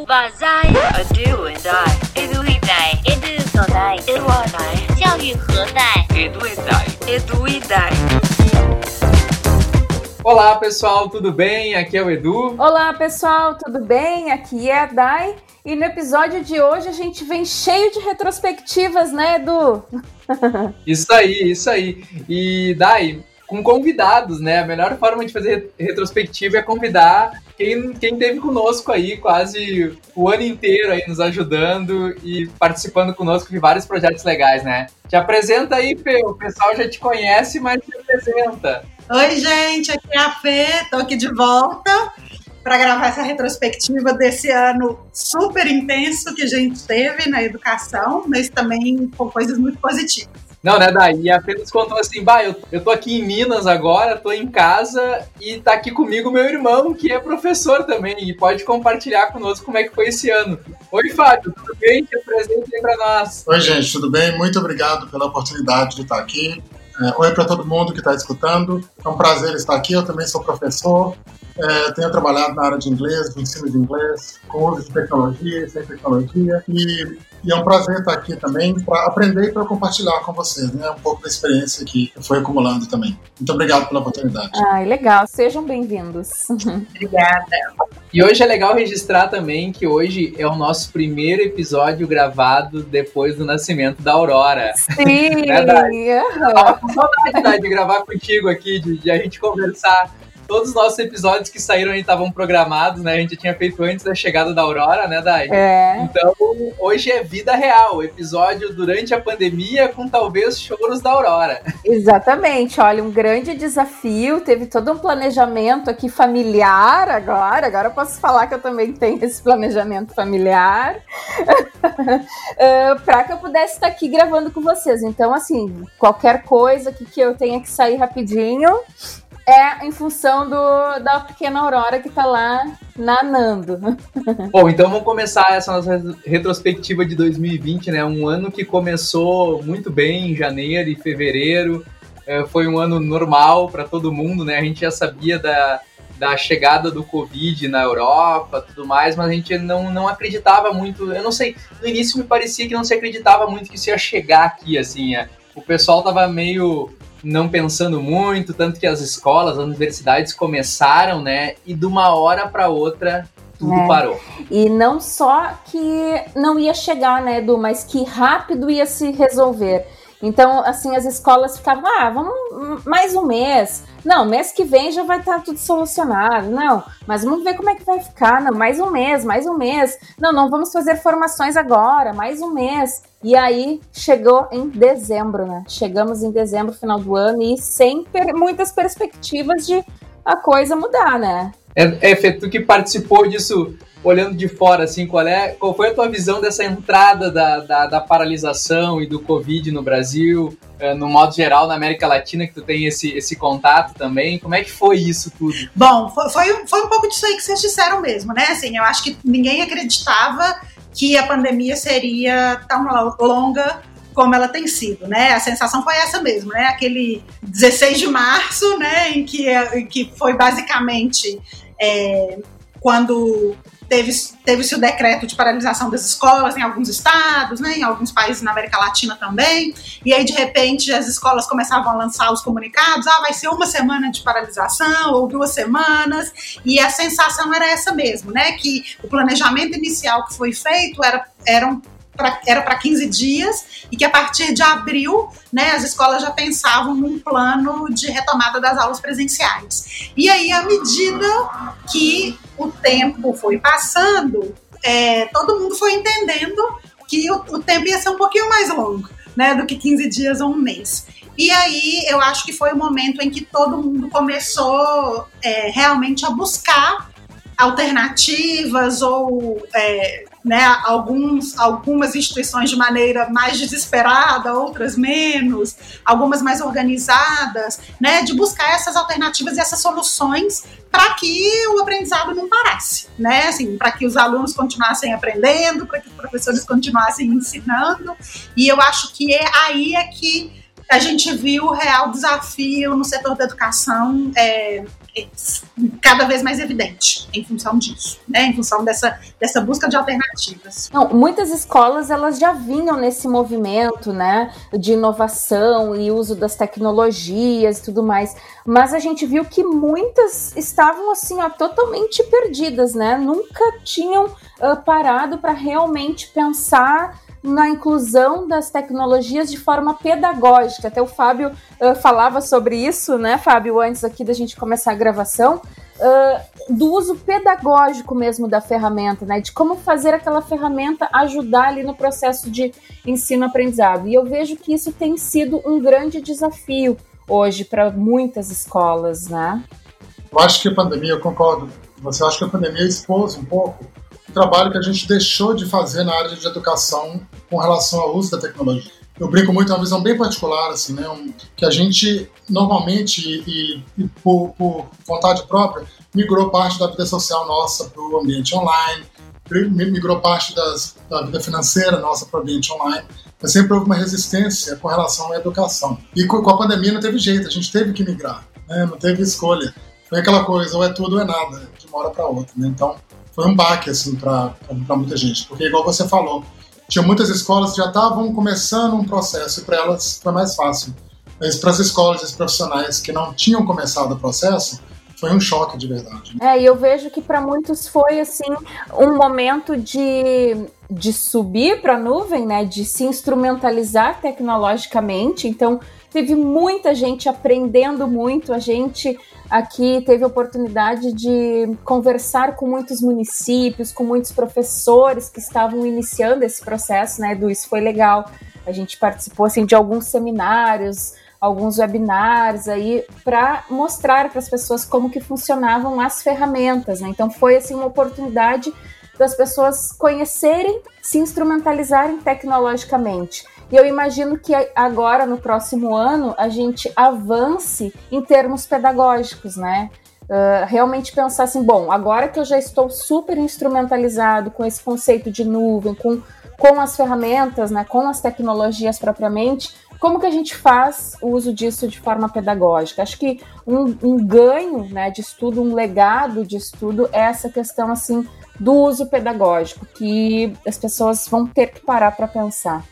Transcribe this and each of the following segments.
把在 Edu and I Edu e Dai Edu所在 Edu我在教育何在 Edu e Dai Edu e Dai. Olá pessoal, tudo bem? Aqui é o Edu. Olá pessoal, tudo bem? Aqui é a Dai. E no episódio de hoje a gente vem cheio de retrospectivas, né, Edu? Isso aí. E Dai, com convidados, né? A melhor forma de fazer retrospectiva é convidar quem esteve conosco aí quase o ano inteiro aí nos ajudando e participando conosco de vários projetos legais, né? Te apresenta aí, Fê. O pessoal já te conhece, mas te apresenta. Oi, gente, aqui é a Fê, tô aqui de volta para gravar essa retrospectiva desse ano super intenso que a gente teve na educação, mas também com coisas muito positivas. Não, né, Dai? E a Fê nos contou assim, eu tô aqui em Minas agora, tô em casa e tá aqui comigo meu irmão, que é professor também, e pode compartilhar conosco como é que foi esse ano. Oi, Fábio, tudo bem? Te apresente aí pra nós. Oi, gente, tudo bem? Muito obrigado pela oportunidade de estar aqui. Oi para todo mundo que está escutando. É um prazer estar aqui. Eu também sou professor. Tenho trabalhado na área de inglês, de ensino de inglês, com uso de tecnologia, sem tecnologia. E é um prazer estar aqui também para aprender e para compartilhar com vocês, né? Um pouco da experiência que eu fui acumulando também. Muito obrigado pela oportunidade. Legal. Sejam bem-vindos. Obrigada. E hoje é legal registrar também que hoje é o nosso primeiro episódio gravado depois do nascimento da Aurora. Sim! Né, Dai? Tava com saudade, Dai, de gravar contigo aqui, de a gente conversar. Todos os nossos episódios que saíram aí estavam programados, né? A gente tinha feito antes da chegada da Aurora, né, Dai? Então, hoje é vida real. Episódio durante a pandemia com talvez choros da Aurora. Exatamente. Olha, um grande desafio. Teve todo um planejamento aqui familiar agora. Agora eu posso falar que eu também tenho esse planejamento familiar. Para que eu pudesse estar aqui gravando com vocês. Então, assim, qualquer coisa que eu tenha que sair rapidinho... é em função da pequena Aurora que tá lá nanando. Bom, então vamos começar essa nossa retrospectiva de 2020, né? Um ano que começou muito bem em janeiro e fevereiro. Foi um ano normal para todo mundo, né? A gente já sabia da chegada do Covid na Europa, tudo mais, mas a gente não acreditava muito. Eu não sei, no início me parecia que não se acreditava muito que isso ia chegar aqui, assim. O pessoal tava meio... não pensando muito, tanto que as escolas, as universidades começaram, né? E de uma hora para outra, tudo parou. E não só que não ia chegar, né, Edu, mas que rápido ia se resolver. Então, assim, as escolas ficavam, vamos mais um mês. Não, mês que vem já vai estar tudo solucionado. Não, mas vamos ver como é que vai ficar. Não, mais um mês. Não vamos fazer formações agora, mais um mês. E aí, chegou em dezembro, né? Chegamos em dezembro, final do ano, e sem muitas perspectivas de a coisa mudar, né? Fê, tu que participou disso, olhando de fora, assim, qual foi a tua visão dessa entrada da paralisação e do Covid no Brasil, no modo geral, na América Latina, que tu tem esse contato também? Como é que foi isso tudo? Bom, foi um pouco disso aí que vocês disseram mesmo, né? Assim, eu acho que ninguém acreditava que a pandemia seria tão longa como ela tem sido, né? A sensação foi essa mesmo, né? Aquele 16 de março, né? Em que foi basicamente quando teve-se o decreto de paralisação das escolas em alguns estados, né, em alguns países na América Latina também, e aí de repente as escolas começavam a lançar os comunicados, vai ser uma semana de paralisação ou 2 semanas, e a sensação era essa mesmo, né, que o planejamento inicial que foi feito era para 15 dias e que a partir de abril, né, as escolas já pensavam num plano de retomada das aulas presenciais. E aí, à medida que o tempo foi passando, todo mundo foi entendendo que o tempo ia ser um pouquinho mais longo, né, do que 15 dias ou um mês. E aí, eu acho que foi o momento em que todo mundo começou realmente a buscar alternativas ou... né, algumas instituições de maneira mais desesperada, outras menos, algumas mais organizadas, né, de buscar essas alternativas e essas soluções para que o aprendizado não parasse, né, assim, para que os alunos continuassem aprendendo, para que os professores continuassem ensinando, e eu acho que aí é que a gente viu o real desafio no setor da educação cada vez mais evidente em função disso, né? Em função dessa busca de alternativas. Não, muitas escolas elas já vinham nesse movimento, né, de inovação e uso das tecnologias e tudo mais, mas a gente viu que muitas estavam assim, totalmente perdidas, né? Nunca tinham parado para realmente pensar na inclusão das tecnologias de forma pedagógica. Até o Fábio falava sobre isso, né, Fábio, antes aqui da gente começar a gravação, do uso pedagógico mesmo da ferramenta, né, de como fazer aquela ferramenta ajudar ali no processo de ensino-aprendizado. E eu vejo que isso tem sido um grande desafio hoje para muitas escolas, né? Eu acho que a pandemia, eu concordo, você acha que a pandemia expôs um pouco o trabalho que a gente deixou de fazer na área de educação com relação ao uso da tecnologia. Eu brinco muito, é uma visão bem particular, assim, né, que a gente normalmente, e por vontade própria, migrou parte da vida social nossa para o ambiente online, migrou parte da vida financeira nossa para o ambiente online, mas sempre houve uma resistência com relação à educação. E com a pandemia não teve jeito, a gente teve que migrar, né, não teve escolha. Foi aquela coisa, ou é tudo ou é nada, de uma hora para outra, né? Então, foi um baque, assim, para muita gente. Porque, igual você falou, tinha muitas escolas que já estavam começando um processo e para elas foi mais fácil. Mas para as escolas e os profissionais que não tinham começado o processo, foi um choque de verdade. E eu vejo que para muitos foi, assim, um momento de subir para a nuvem, né? De se instrumentalizar tecnologicamente. Então, teve muita gente aprendendo muito. A gente aqui teve a oportunidade de conversar com muitos municípios, com muitos professores que estavam iniciando esse processo, né, Edu? Isso foi legal. A gente participou, assim, de alguns seminários, alguns webinars aí para mostrar para as pessoas como que funcionavam as ferramentas, né? Então foi, assim, uma oportunidade das pessoas conhecerem, se instrumentalizarem tecnologicamente. E eu imagino que agora, no próximo ano, a gente avance em termos pedagógicos, né? Realmente pensar assim, bom, agora que eu já estou super instrumentalizado com esse conceito de nuvem, com as ferramentas, né, com as tecnologias propriamente, como que a gente faz o uso disso de forma pedagógica? Acho que um ganho, né, de estudo, um legado de estudo é essa questão assim, do uso pedagógico, que as pessoas vão ter que parar para pensar.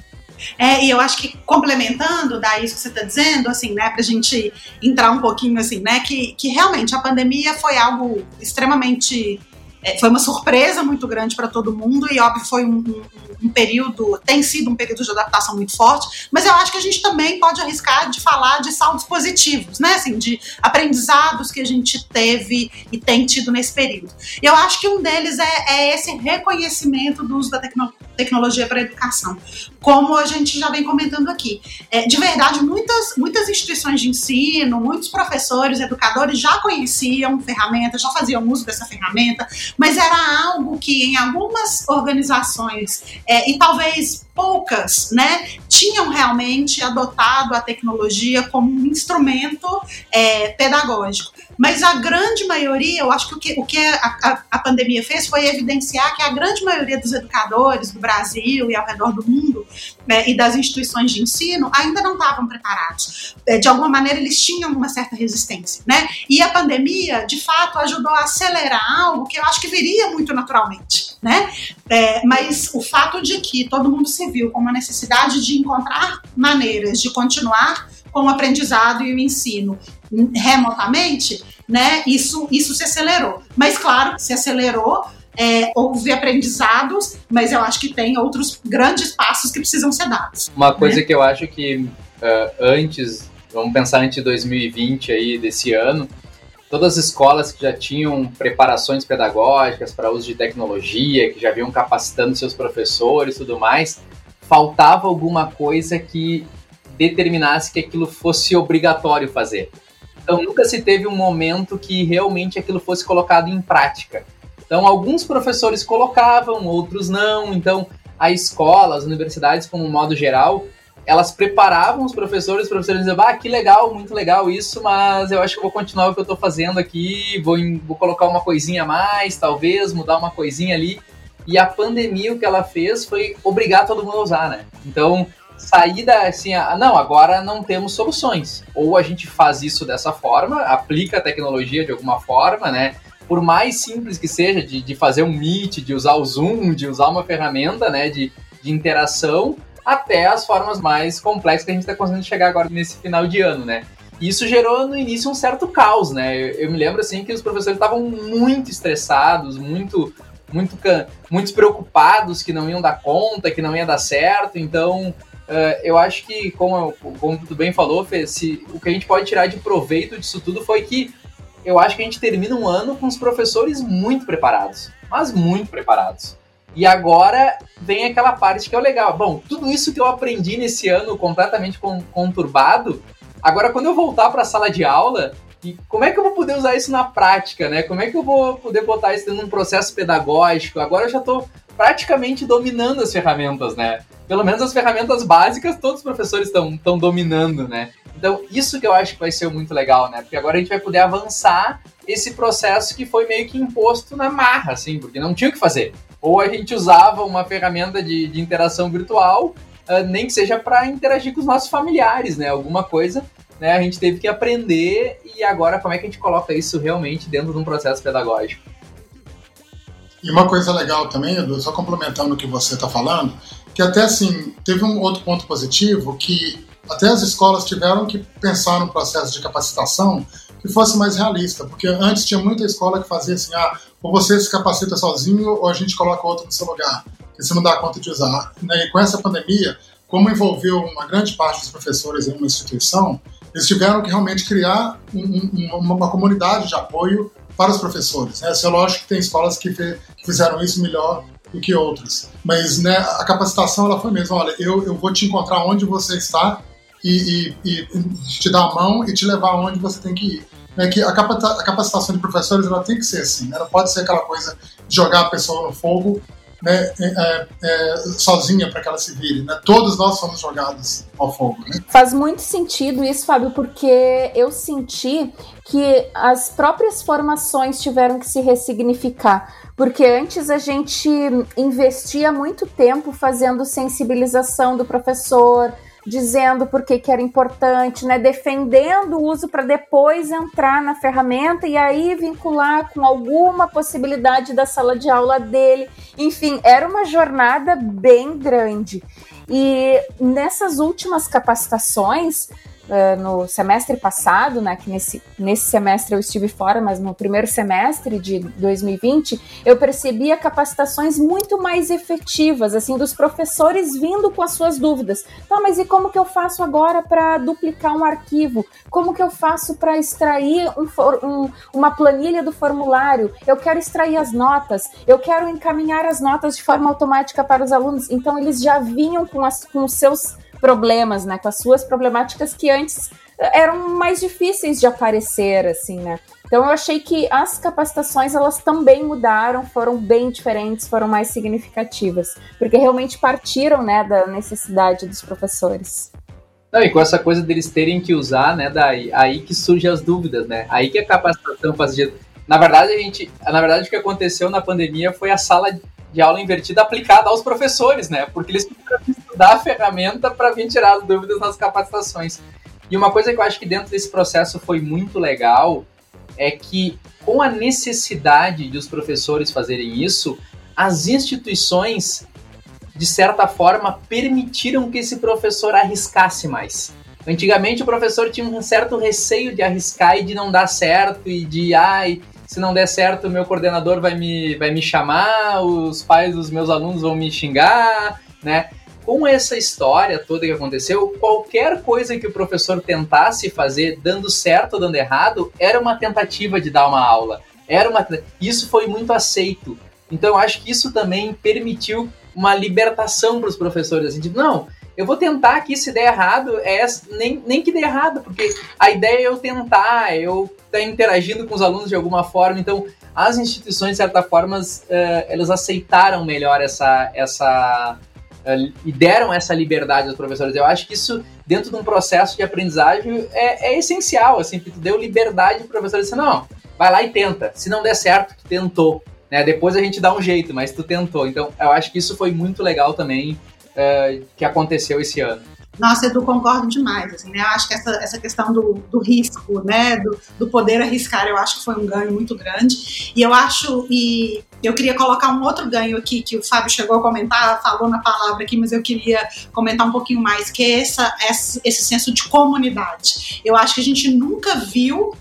E eu acho que complementando isso que você está dizendo, assim, né, pra gente entrar um pouquinho, assim, né, que realmente a pandemia foi algo extremamente, foi uma surpresa muito grande para todo mundo e, óbvio, foi um período, tem sido um período de adaptação muito forte, mas eu acho que a gente também pode arriscar de falar de saldos positivos, né, assim, de aprendizados que a gente teve e tem tido nesse período. Eu acho que um deles é esse reconhecimento do uso da tecnologia para a educação, como a gente já vem comentando aqui. De verdade, muitas instituições de ensino, muitos professores, educadores já conheciam ferramentas, já faziam uso dessa ferramenta, mas era algo que em algumas organizações, e talvez poucas, né, tinham realmente adotado a tecnologia como um instrumento pedagógico. Mas a grande maioria, eu acho que o que a pandemia fez foi evidenciar que a grande maioria dos educadores do Brasil e ao redor do mundo, e das instituições de ensino ainda não estavam preparados. De alguma maneira, eles tinham uma certa resistência, né? E a pandemia, de fato, ajudou a acelerar algo que eu acho que viria muito naturalmente, né? Mas o fato de que todo mundo se viu com uma necessidade de encontrar maneiras de continuar com o aprendizado e o ensino remotamente, né, isso se acelerou. Mas, claro, se acelerou, houve aprendizados, mas eu acho que tem outros grandes passos que precisam ser dados. Uma coisa que eu acho que vamos pensar antes de 2020 aí, desse ano, todas as escolas que já tinham preparações pedagógicas para uso de tecnologia, que já vinham capacitando seus professores e tudo mais, faltava alguma coisa que determinasse que aquilo fosse obrigatório fazer. Então, nunca se teve um momento que realmente aquilo fosse colocado em prática. Então, alguns professores colocavam, outros não. Então, a escola, as universidades, como um modo geral, elas preparavam os professores diziam, que legal, muito legal isso, mas eu acho que eu vou continuar o que eu estou fazendo aqui, vou colocar uma coisinha a mais, talvez, mudar uma coisinha ali. E a pandemia, o que ela fez foi obrigar todo mundo a usar, né? Então, saída assim, não, agora não temos soluções. Ou a gente faz isso dessa forma, aplica a tecnologia de alguma forma, né? Por mais simples que seja, de fazer um Meet, de usar o Zoom, de usar uma ferramenta, né, de interação, até as formas mais complexas que a gente está conseguindo chegar agora nesse final de ano, né? E isso gerou no início um certo caos, né? Eu me lembro assim que os professores estavam muito estressados, muito preocupados que não iam dar conta, que não ia dar certo. Então, eu acho que, como tu bem falou, Fê, o que a gente pode tirar de proveito disso tudo foi que eu acho que a gente termina um ano com os professores muito preparados, mas muito preparados. E agora vem aquela parte que é o legal. Bom, tudo isso que eu aprendi nesse ano completamente conturbado, agora quando eu voltar para a sala de aula, e como é que eu vou poder usar isso na prática, né? Como é que eu vou poder botar isso dentro de um processo pedagógico? Agora eu já estou praticamente dominando as ferramentas, né? Pelo menos as ferramentas básicas todos os professores estão dominando, né? Então, isso que eu acho que vai ser muito legal, né? Porque agora a gente vai poder avançar esse processo que foi meio que imposto na marra, assim, porque não tinha o que fazer. Ou a gente usava uma ferramenta de interação virtual, nem que seja para interagir com os nossos familiares, né? Alguma coisa, né? A gente teve que aprender e agora como é que a gente coloca isso realmente dentro de um processo pedagógico? E uma coisa legal também, Edu, só complementando o que você está falando, que até assim, teve um outro ponto positivo que até as escolas tiveram que pensar no processo de capacitação que fosse mais realista, porque antes tinha muita escola que fazia assim, ou você se capacita sozinho ou a gente coloca outro no seu lugar, que você não dá conta de usar. E com essa pandemia, como envolveu uma grande parte dos professores em uma instituição, eles tiveram que realmente criar uma comunidade de apoio para os professores. Né? É lógico que tem escolas que fizeram isso melhor do que outras, mas né, a capacitação ela foi mesmo, olha, eu vou te encontrar onde você está e te dar a mão e te levar onde você tem que ir. É que a capacitação de professores ela tem que ser assim, né? Não pode ser aquela coisa de jogar a pessoa no fogo, né, sozinha para que ela se vire. Né? Todos nós somos jogados ao fogo. Né? Faz muito sentido isso, Fábio, porque eu senti que as próprias formações tiveram que se ressignificar. Porque antes a gente investia muito tempo fazendo sensibilização do professor, dizendo por que era importante, né? Defendendo o uso para depois entrar na ferramenta e aí vincular com alguma possibilidade da sala de aula dele. Enfim, era uma jornada bem grande. E nessas últimas capacitações, no semestre passado, né, que nesse semestre eu estive fora, mas no primeiro semestre de 2020, eu percebia capacitações muito mais efetivas, assim, dos professores vindo com as suas dúvidas. Tá, mas e como que eu faço agora para duplicar um arquivo? Como que eu faço para extrair uma planilha do formulário? Eu quero extrair as notas, eu quero encaminhar as notas de forma automática para os alunos. Então, eles já vinham com os seus problemas, né, com as suas problemáticas que antes eram mais difíceis de aparecer, assim, né. Então eu achei que as capacitações, elas também mudaram, foram bem diferentes, foram mais significativas, porque realmente partiram, né, da necessidade dos professores. Não, e com essa coisa deles terem que usar, né, aí que surgem as dúvidas, né, aí que a capacitação fazia... Na verdade, o que aconteceu na pandemia foi a sala de aula invertida aplicada aos professores, né? Porque eles tiveram que estudar a ferramenta para vir tirar as dúvidas nas capacitações. E uma coisa que eu acho que dentro desse processo foi muito legal é que, com a necessidade de os professores fazerem isso, as instituições, de certa forma, permitiram que esse professor arriscasse mais. Antigamente, o professor tinha um certo receio de arriscar e de não dar certo e de, se não der certo, o meu coordenador vai me chamar, os pais dos meus alunos vão me xingar, né? Com essa história toda que aconteceu, qualquer coisa que o professor tentasse fazer, dando certo ou dando errado, era uma tentativa de dar uma aula. Isso foi muito aceito. Então, eu acho que isso também permitiu uma libertação para os professores. Assim, tipo, não, eu vou tentar aqui, se der errado, nem que dê errado, porque a ideia é eu tentar, eu estar interagindo com os alunos de alguma forma. Então, as instituições, de certa forma, elas aceitaram melhor e deram essa liberdade aos professores. Eu acho que isso, dentro de um processo de aprendizagem, é essencial, assim, que tu deu liberdade para o professor dizer, não, vai lá e tenta. Se não der certo, tu tentou. Né? Depois a gente dá um jeito, mas tu tentou. Então, eu acho que isso foi muito legal também, que aconteceu esse ano. Nossa, Edu, concordo demais, assim, né? Eu acho que essa questão do risco, né? Do poder arriscar, eu acho que foi um ganho muito grande. E eu queria colocar um outro ganho aqui, que o Fábio chegou a comentar, falou na palavra aqui, mas eu queria comentar um pouquinho mais, que é esse senso de comunidade. Eu acho que a gente nunca viu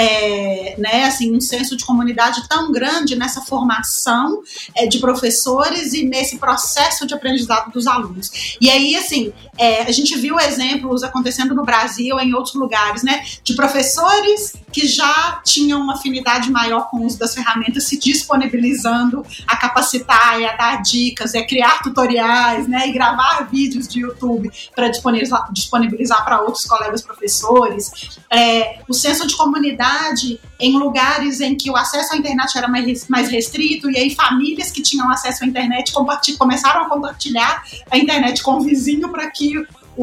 né, assim, um senso de comunidade tão grande nessa formação de professores e nesse processo de aprendizado dos alunos. E aí, assim, a gente viu exemplos acontecendo no Brasil, em outros lugares, né, de professores que já tinham uma afinidade maior com o uso das ferramentas, se disponibilizando a capacitar e a dar dicas, a criar tutoriais, né, e gravar vídeos de YouTube para disponibilizar para outros colegas professores. O senso de comunidade em lugares em que o acesso à internet era mais restrito, e aí famílias que tinham acesso à internet começaram a compartilhar a internet com o vizinho para que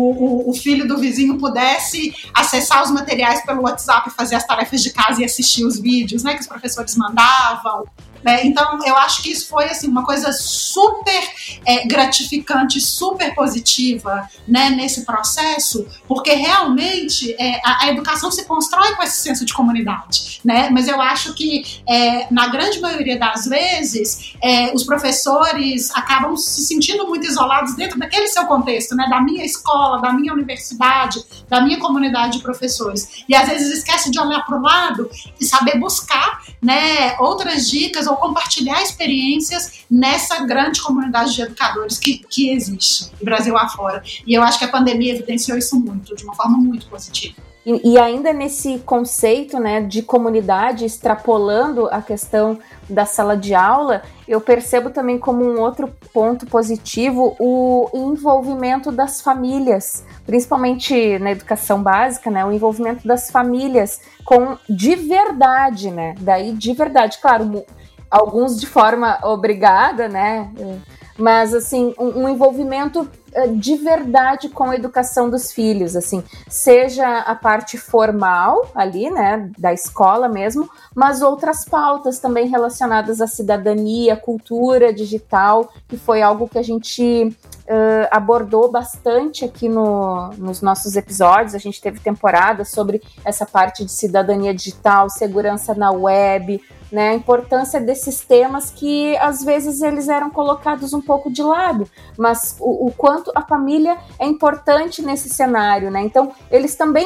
o filho do vizinho pudesse acessar os materiais pelo WhatsApp, fazer as tarefas de casa e assistir os vídeos, né, que os professores mandavam. Então, eu acho que isso foi assim, uma coisa super gratificante, super positiva, né, nesse processo, porque realmente a educação se constrói com esse senso de comunidade, né? Mas eu acho que, na grande maioria das vezes, os professores acabam se sentindo muito isolados dentro daquele seu contexto, né, da minha escola, da minha universidade, da minha comunidade de professores. E às vezes esquece de olhar para o lado e saber buscar, né, outras dicas ou compartilhar experiências nessa grande comunidade de educadores que existe no Brasil afora. E eu acho que a pandemia evidenciou isso muito, de uma forma muito positiva. E ainda nesse conceito, né, de comunidade, extrapolando a questão da sala de aula, eu percebo também como um outro ponto positivo o envolvimento das famílias, principalmente na educação básica, né, o envolvimento das famílias com de verdade, né, daí de verdade, claro, alguns de forma obrigada, né, mas assim, um envolvimento de verdade com a educação dos filhos, assim, seja a parte formal ali, né, da escola mesmo, mas outras pautas também relacionadas à cidadania, cultura digital, que foi algo que a gente abordou bastante aqui nos nossos episódios. A gente teve temporada sobre essa parte de cidadania digital, segurança na web, né, a importância desses temas que às vezes eles eram colocados um pouco de lado, mas o quanto a família é importante nesse cenário, né? Então eles também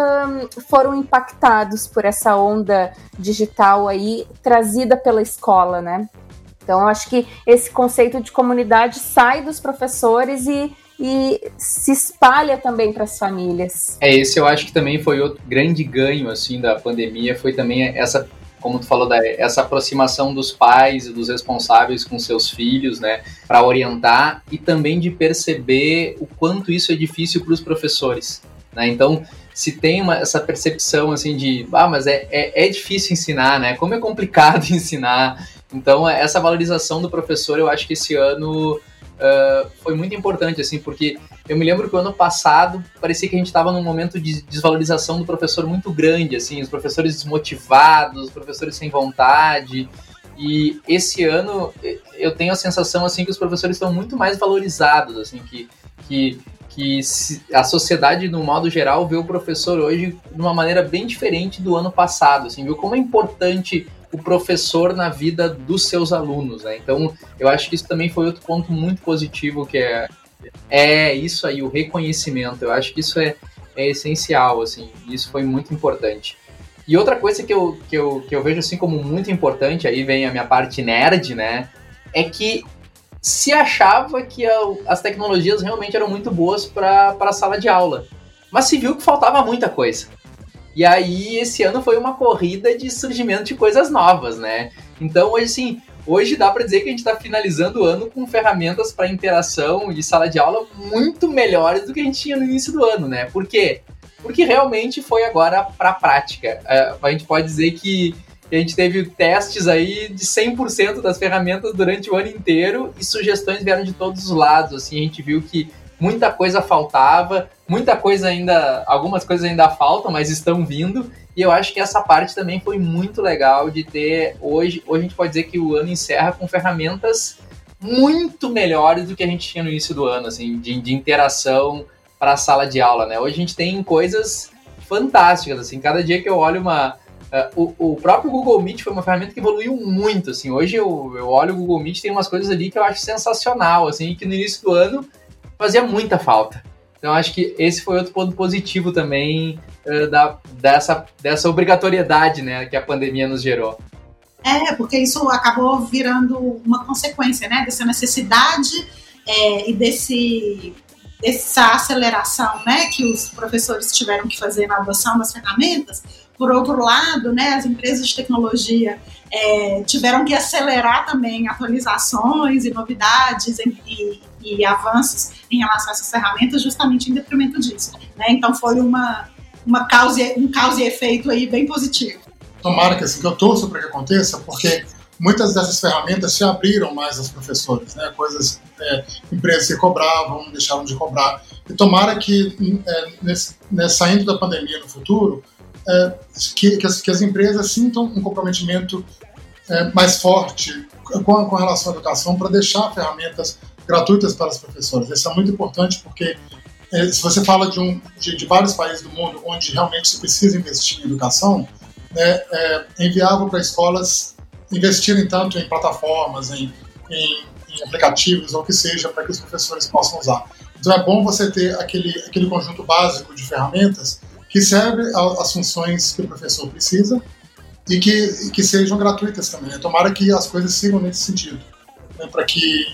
foram impactados por essa onda digital aí trazida pela escola, né? Então eu acho que esse conceito de comunidade sai dos professores e se espalha também para as famílias. Esse eu acho que também foi outro grande ganho assim da pandemia, foi também essa, como tu falou, essa aproximação dos pais e dos responsáveis com seus filhos, né, para orientar, e também de perceber o quanto isso é difícil para os professores, né? Então, se tem essa percepção assim de, mas é difícil ensinar, né? Como é complicado ensinar. Então, essa valorização do professor, eu acho que esse ano foi muito importante, assim, porque eu me lembro que o ano passado parecia que a gente estava num momento de desvalorização do professor muito grande, assim, os professores desmotivados, os professores sem vontade, e esse ano eu tenho a sensação, assim, que os professores estão muito mais valorizados, assim, que a sociedade, no modo geral, vê o professor hoje de uma maneira bem diferente do ano passado, assim, viu como é importante o professor na vida dos seus alunos, né? Então, eu acho que isso também foi outro ponto muito positivo, que é isso aí, o reconhecimento. Eu acho que isso é essencial, assim, isso foi muito importante. E outra coisa que eu vejo assim como muito importante, aí vem a minha parte nerd, né? É que se achava que as tecnologias realmente eram muito boas para a sala de aula, mas se viu que faltava muita coisa. E aí, esse ano foi uma corrida de surgimento de coisas novas, né? Então, hoje dá para dizer que a gente está finalizando o ano com ferramentas para interação e sala de aula muito melhores do que a gente tinha no início do ano, né? Por quê? Porque realmente foi agora para a prática. A gente pode dizer que a gente teve testes aí de 100% das ferramentas durante o ano inteiro e sugestões vieram de todos os lados. Assim, a gente viu que muita coisa faltava, algumas coisas ainda faltam, mas estão vindo, e eu acho que essa parte também foi muito legal de ter, hoje a gente pode dizer que o ano encerra com ferramentas muito melhores do que a gente tinha no início do ano, assim, de interação para a sala de aula, né? Hoje a gente tem coisas fantásticas, assim, cada dia que eu olho o próprio Google Meet foi uma ferramenta que evoluiu muito, assim, hoje eu olho o Google Meet, tem umas coisas ali que eu acho sensacional, assim, que no início do ano fazia muita falta. Então acho que esse foi outro ponto positivo também dessa obrigatoriedade, né, que a pandemia nos gerou. Porque isso acabou virando uma consequência, né, dessa necessidade e dessa aceleração, né, que os professores tiveram que fazer na adoção das ferramentas. Por outro lado, né, as empresas de tecnologia tiveram que acelerar também atualizações e novidades e avanços em relação a essas ferramentas, justamente em detrimento disso, né? Então foi um causa e efeito aí bem positivo. Tomara que, assim, que eu torço para que aconteça, porque muitas dessas ferramentas se abriram mais aos professores, né? Empresas que cobravam, deixaram de cobrar. E tomara que, saindo da pandemia no futuro, que as empresas sintam um comprometimento mais forte com relação à educação para deixar ferramentas gratuitas para os professores. Isso é muito importante porque se você fala de vários países do mundo onde realmente se precisa investir em educação, né, é inviável para escolas investirem tanto em plataformas, em aplicativos ou o que seja para que os professores possam usar. Então é bom você ter aquele conjunto básico de ferramentas que serve às funções que o professor precisa e que sejam gratuitas também. Tomara que as coisas sigam nesse sentido, né, para que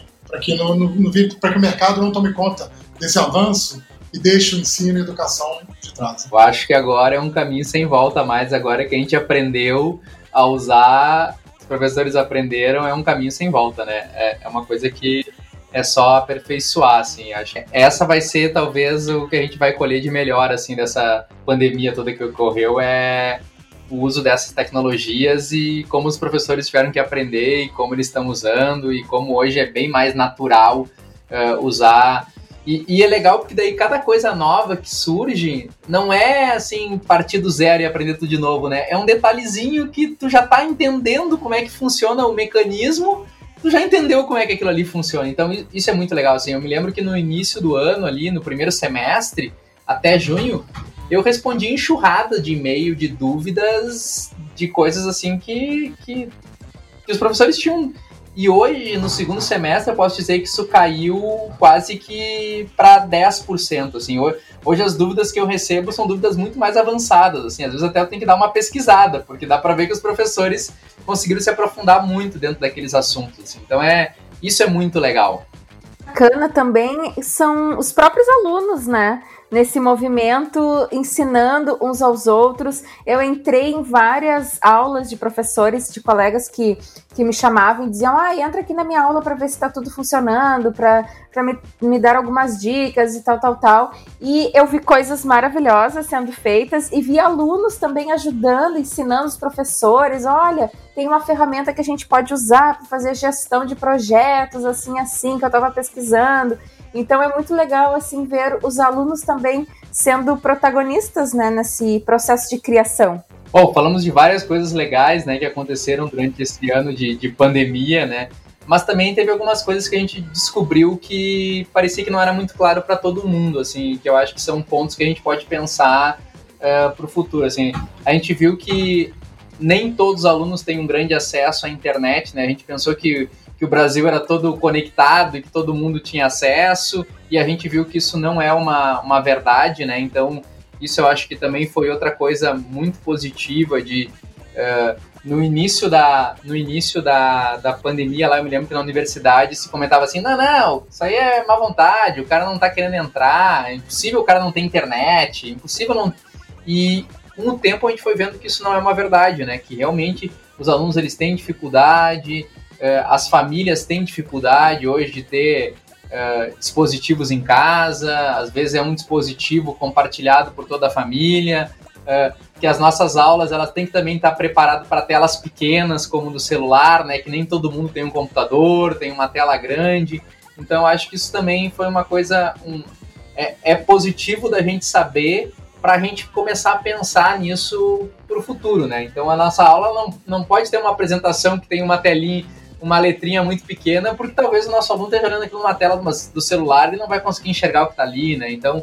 o mercado não tome conta desse avanço e deixe o ensino e a educação de trás. Eu acho que agora é um caminho sem volta mais, agora que a gente aprendeu a usar, os professores aprenderam, é um caminho sem volta, né? É uma coisa que é só aperfeiçoar, assim. Acho que essa vai ser, talvez, o que a gente vai colher de melhor, assim, dessa pandemia toda que ocorreu, é o uso dessas tecnologias e como os professores tiveram que aprender e como eles estão usando e como hoje é bem mais natural usar. E é legal porque daí cada coisa nova que surge não é, assim, partir do zero e aprender tudo de novo, né? É um detalhezinho que tu já tá entendendo como é que funciona o mecanismo, tu já entendeu como é que aquilo ali funciona. Então isso é muito legal, assim. Eu me lembro que no início do ano ali, no primeiro semestre, até junho, eu respondi enxurrada de e-mail, de dúvidas, de coisas assim que os professores tinham. E hoje, no segundo semestre, eu posso dizer que isso caiu quase que para 10%. Assim. Hoje as dúvidas que eu recebo são dúvidas muito mais avançadas. Assim. Às vezes até eu tenho que dar uma pesquisada, porque dá para ver que os professores conseguiram se aprofundar muito dentro daqueles assuntos. Assim. Então isso é muito legal. Bacana também são os próprios alunos, né? Nesse movimento, ensinando uns aos outros. Eu entrei em várias aulas de professores, de colegas que me chamavam e diziam, entra aqui na minha aula para ver se está tudo funcionando, para me dar algumas dicas e tal. E eu vi coisas maravilhosas sendo feitas e vi alunos também ajudando, ensinando os professores, olha, tem uma ferramenta que a gente pode usar para fazer gestão de projetos, assim, que eu estava pesquisando. Então é muito legal, assim, ver os alunos também sendo protagonistas, né, nesse processo de criação. Bom, falamos de várias coisas legais, né, que aconteceram durante esse ano de pandemia, né, mas também teve algumas coisas que a gente descobriu que parecia que não era muito claro para todo mundo, assim, que eu acho que são pontos que a gente pode pensar para o futuro, assim. A gente viu que nem todos os alunos têm um grande acesso à internet, né, a gente pensou que o Brasil era todo conectado e que todo mundo tinha acesso, e a gente viu que isso não é uma verdade, né? Então, isso eu acho que também foi outra coisa muito positiva no início da pandemia, lá eu me lembro que na universidade se comentava assim, não, isso aí é má vontade, o cara não tá querendo entrar, é impossível o cara não ter internet, impossível não... E com o tempo a gente foi vendo que isso não é uma verdade, né? Que realmente os alunos eles têm dificuldade... As famílias têm dificuldade hoje de ter dispositivos em casa, às vezes é um dispositivo compartilhado por toda a família, que as nossas aulas elas têm que também estar preparadas para telas pequenas, como do celular, né, que nem todo mundo tem um computador, tem uma tela grande, então acho que isso também foi uma coisa, é positivo da gente saber para a gente começar a pensar nisso para o futuro, né? Então a nossa aula não pode ter uma apresentação que tem uma telinha, uma letrinha muito pequena, porque talvez o nosso aluno esteja olhando aquilo numa tela do celular e não vai conseguir enxergar o que está ali, né? Então,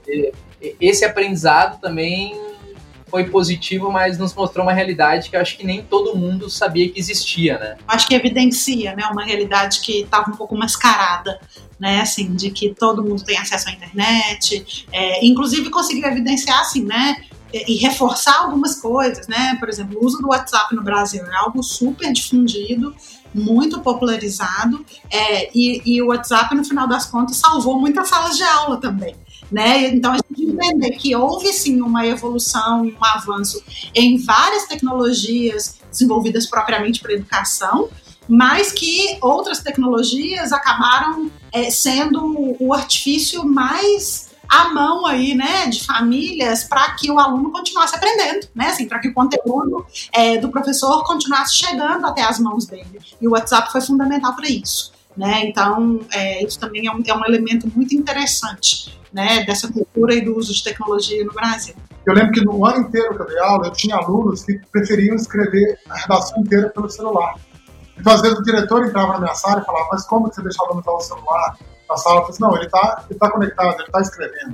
esse aprendizado também foi positivo, mas nos mostrou uma realidade que eu acho que nem todo mundo sabia que existia, né? Acho que evidencia, né, uma realidade que estava um pouco mascarada, né, assim, de que todo mundo tem acesso à internet, inclusive conseguiu evidenciar, assim, né, e reforçar algumas coisas, né, por exemplo, o uso do WhatsApp no Brasil é algo super difundido, muito popularizado, e o WhatsApp, no final das contas, salvou muitas salas de aula também. Né? Então a gente entender que houve sim uma evolução, um avanço em várias tecnologias desenvolvidas propriamente para a educação, mas que outras tecnologias acabaram sendo o artifício mais à mão aí, né, de famílias para que o aluno continuasse aprendendo, né, assim, para que o conteúdo do professor continuasse chegando até as mãos dele. E o WhatsApp foi fundamental para isso. Né? Então, isso também é um elemento muito interessante, né, dessa cultura e do uso de tecnologia no Brasil. Eu lembro que no ano inteiro que eu dei aula, eu tinha alunos que preferiam escrever a redação inteira pelo celular. Então, às vezes, o diretor entrava na minha sala e falava, mas como que você deixa o aluno usar o celular na sala? Eu falei assim, não, ele tá conectado, ele está escrevendo.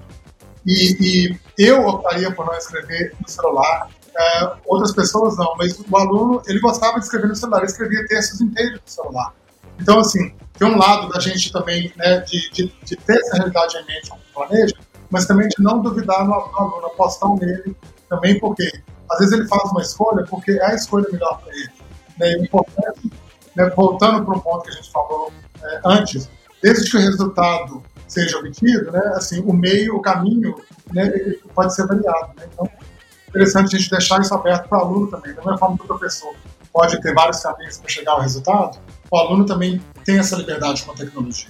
E eu optaria por não escrever no celular, outras pessoas não, mas o aluno, ele gostava de escrever no celular, ele escrevia textos inteiros no celular. Então, assim, tem um lado da gente também, né, de ter essa realidade em mente, como planeja, mas também de não duvidar no aluno, apostar nele também, porque às vezes ele faz uma escolha porque é a escolha melhor para ele. Né? E o importante, né, voltando para um ponto que a gente falou antes, desde que o resultado seja obtido, né, assim, o meio, o caminho, né, ele pode ser variado. Né? Então, é interessante a gente deixar isso aberto para o aluno também. Da mesma forma que o professor pode ter vários caminhos para chegar ao resultado, o aluno também tem essa liberdade com a tecnologia.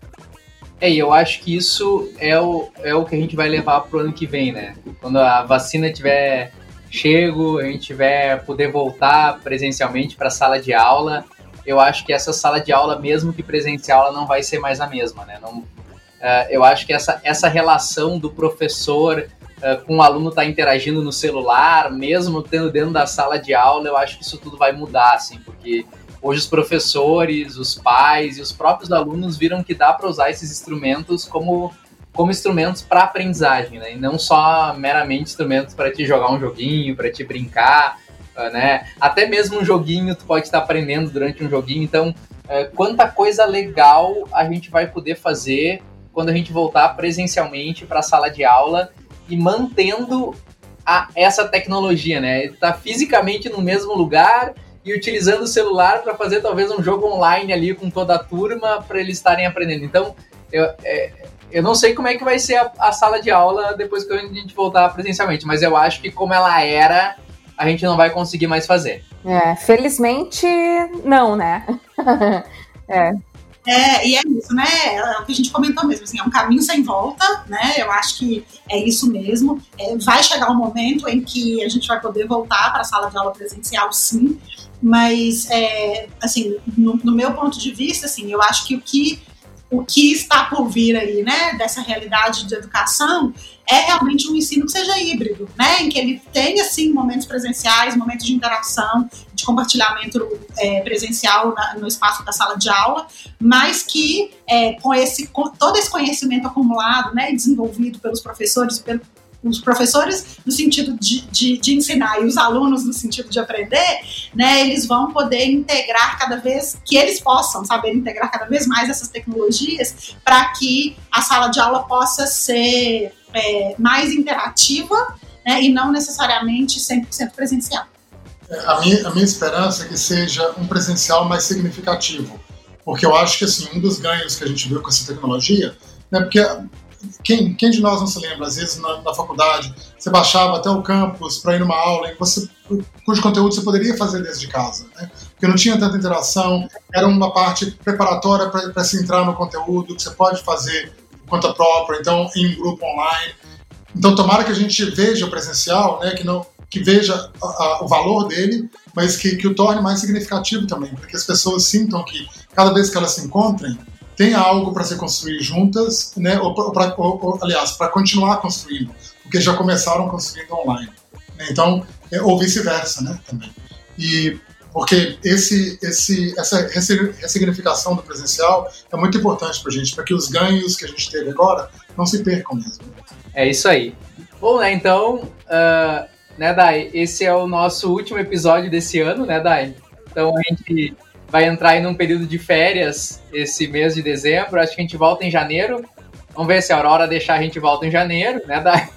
E eu acho que isso é o que a gente vai levar para o ano que vem, né? Quando a vacina tiver chego, a gente tiver poder voltar presencialmente para a sala de aula, eu acho que essa sala de aula, mesmo que presencial, ela não vai ser mais a mesma, né? Eu acho que essa relação do professor com o aluno estar interagindo no celular, mesmo tendo dentro da sala de aula, eu acho que isso tudo vai mudar, assim, porque hoje os professores, os pais e os próprios alunos viram que dá para usar esses instrumentos como instrumentos para aprendizagem, né? E não só meramente instrumentos para te jogar um joguinho, para te brincar, né? Até mesmo um joguinho tu pode estar aprendendo durante um joguinho. Então, quanta coisa legal a gente vai poder fazer quando a gente voltar presencialmente para a sala de aula e mantendo essa tecnologia, né? Tá fisicamente no mesmo lugar e utilizando o celular para fazer talvez um jogo online ali com toda a turma para eles estarem aprendendo. Então, eu não sei como é que vai ser a sala de aula depois que a gente voltar presencialmente, mas eu acho que como ela era, a gente não vai conseguir mais fazer. Felizmente, não, né? E é isso, né? É o que a gente comentou mesmo, assim, é um caminho sem volta, né? Eu acho que é isso mesmo. Vai chegar um momento em que a gente vai poder voltar para a sala de aula presencial, sim, mas, assim, no meu ponto de vista, assim, eu acho que o que está por vir aí, né, dessa realidade de educação é realmente um ensino que seja híbrido, né, em que ele tenha, sim, momentos presenciais, momentos de interação, de compartilhamento presencial no espaço da sala de aula, mas que com todo esse conhecimento acumulado, né, e desenvolvido pelos professores, os professores no sentido de ensinar e os alunos no sentido de aprender, né, eles vão poder integrar cada vez, que eles possam saber integrar cada vez mais essas tecnologias para que a sala de aula possa ser mais interativa, né, e não necessariamente 100% presencial. A minha esperança é que seja um presencial mais significativo, porque eu acho que assim, um dos ganhos que a gente viu com essa tecnologia, né, porque quem de nós não se lembra, às vezes na faculdade, você baixava até o campus para ir numa aula cujo conteúdo você poderia fazer desde casa, né? Porque não tinha tanta interação, era uma parte preparatória para se entrar no conteúdo, que você pode fazer por conta própria, então em um grupo online. Então tomara que a gente veja o presencial, né, que veja o valor dele, mas que o torne mais significativo também, para que as pessoas sintam que cada vez que elas se encontrem, tem algo para se construir juntas, né? Aliás, para continuar construindo, porque já começaram construindo online. Né? Então, ou vice-versa, né? Também. E Porque essa ressignificação do presencial é muito importante para a gente, para que os ganhos que a gente teve agora não se percam mesmo. É isso aí. Bom, né, então, né, Dai, esse é o nosso último episódio desse ano, né, Dai? Então a gente vai entrar aí num período de férias esse mês de dezembro, acho que a gente volta em janeiro. Vamos ver se a Aurora deixar a gente volta em janeiro, né, Dai?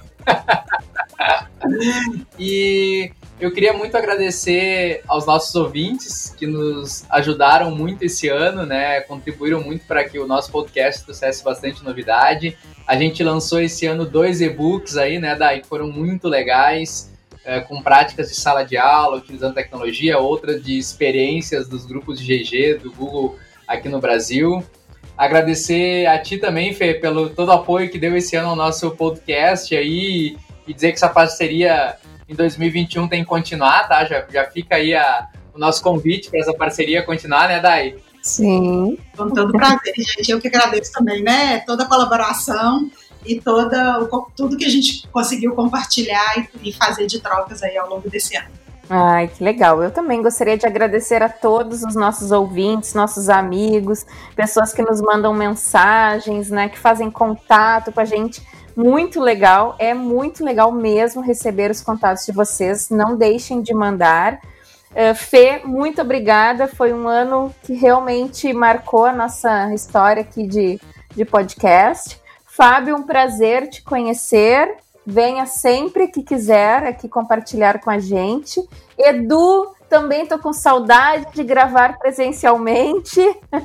E eu queria muito agradecer aos nossos ouvintes que nos ajudaram muito esse ano, né? Contribuíram muito para que o nosso podcast trouxesse bastante novidade. A gente lançou esse ano 2 e-books aí, né, Dai, que foram muito legais, com práticas de sala de aula, utilizando tecnologia, outras de experiências dos grupos de GG, do Google aqui no Brasil. Agradecer a ti também, Fê, pelo todo o apoio que deu esse ano ao nosso podcast aí, e dizer que essa parceria em 2021 tem que continuar, tá? Já fica aí o nosso convite para essa parceria continuar, né, Dai? Sim. Com todo prazer, gente. Eu que agradeço também, né? Toda a colaboração e tudo que a gente conseguiu compartilhar e fazer de trocas aí ao longo desse ano. Ai, que legal. Eu também gostaria de agradecer a todos os nossos ouvintes, nossos amigos, pessoas que nos mandam mensagens, né, que fazem contato com a gente. Muito legal, é muito legal mesmo receber os contatos de vocês. Não deixem de mandar. Fê, muito obrigada. Foi um ano que realmente marcou a nossa história aqui de podcast. Fábio, um prazer te conhecer. Venha sempre que quiser aqui compartilhar com a gente. Edu, também estou com saudade de gravar presencialmente.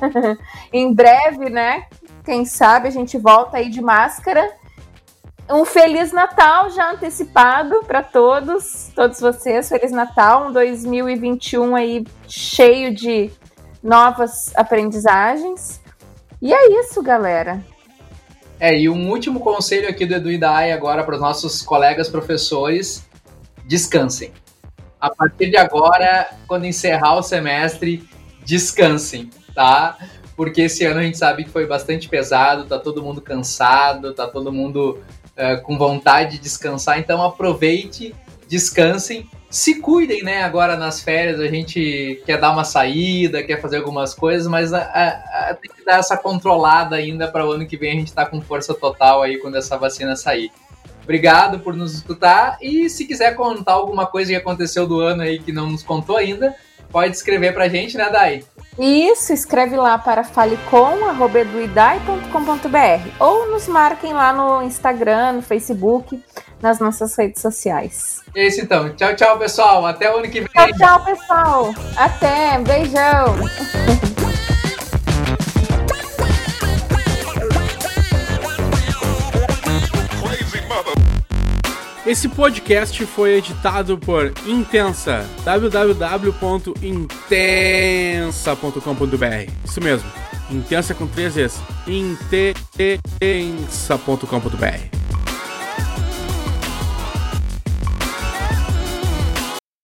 Em breve, né? Quem sabe a gente volta aí de máscara. Um Feliz Natal já antecipado para todos vocês. Feliz Natal, um 2021 aí cheio de novas aprendizagens. E é isso, galera. E um último conselho aqui do Edu e da Ai agora para os nossos colegas professores: descansem. A partir de agora, quando encerrar o semestre, descansem, tá? Porque esse ano a gente sabe que foi bastante pesado, tá todo mundo cansado, tá todo mundo com vontade de descansar, então aproveite, descansem, se cuidem, né? Agora nas férias a gente quer dar uma saída, quer fazer algumas coisas, mas tem que dar essa controlada ainda para o ano que vem a gente tá com força total aí quando essa vacina sair. Obrigado por nos escutar e se quiser contar alguma coisa que aconteceu do ano aí que não nos contou ainda, pode escrever pra gente, né, Dai? Isso, escreve lá para falecom@eduidai.com.br ou nos marquem lá no Instagram, no Facebook, nas nossas redes sociais. É isso então. Tchau, tchau, pessoal. Até o ano que vem. Tchau, tchau, pessoal. Até. Beijão. Esse podcast foi editado por Intensa, www.intensa.com.br. Isso mesmo, Intensa com 3 Es, intensa.com.br.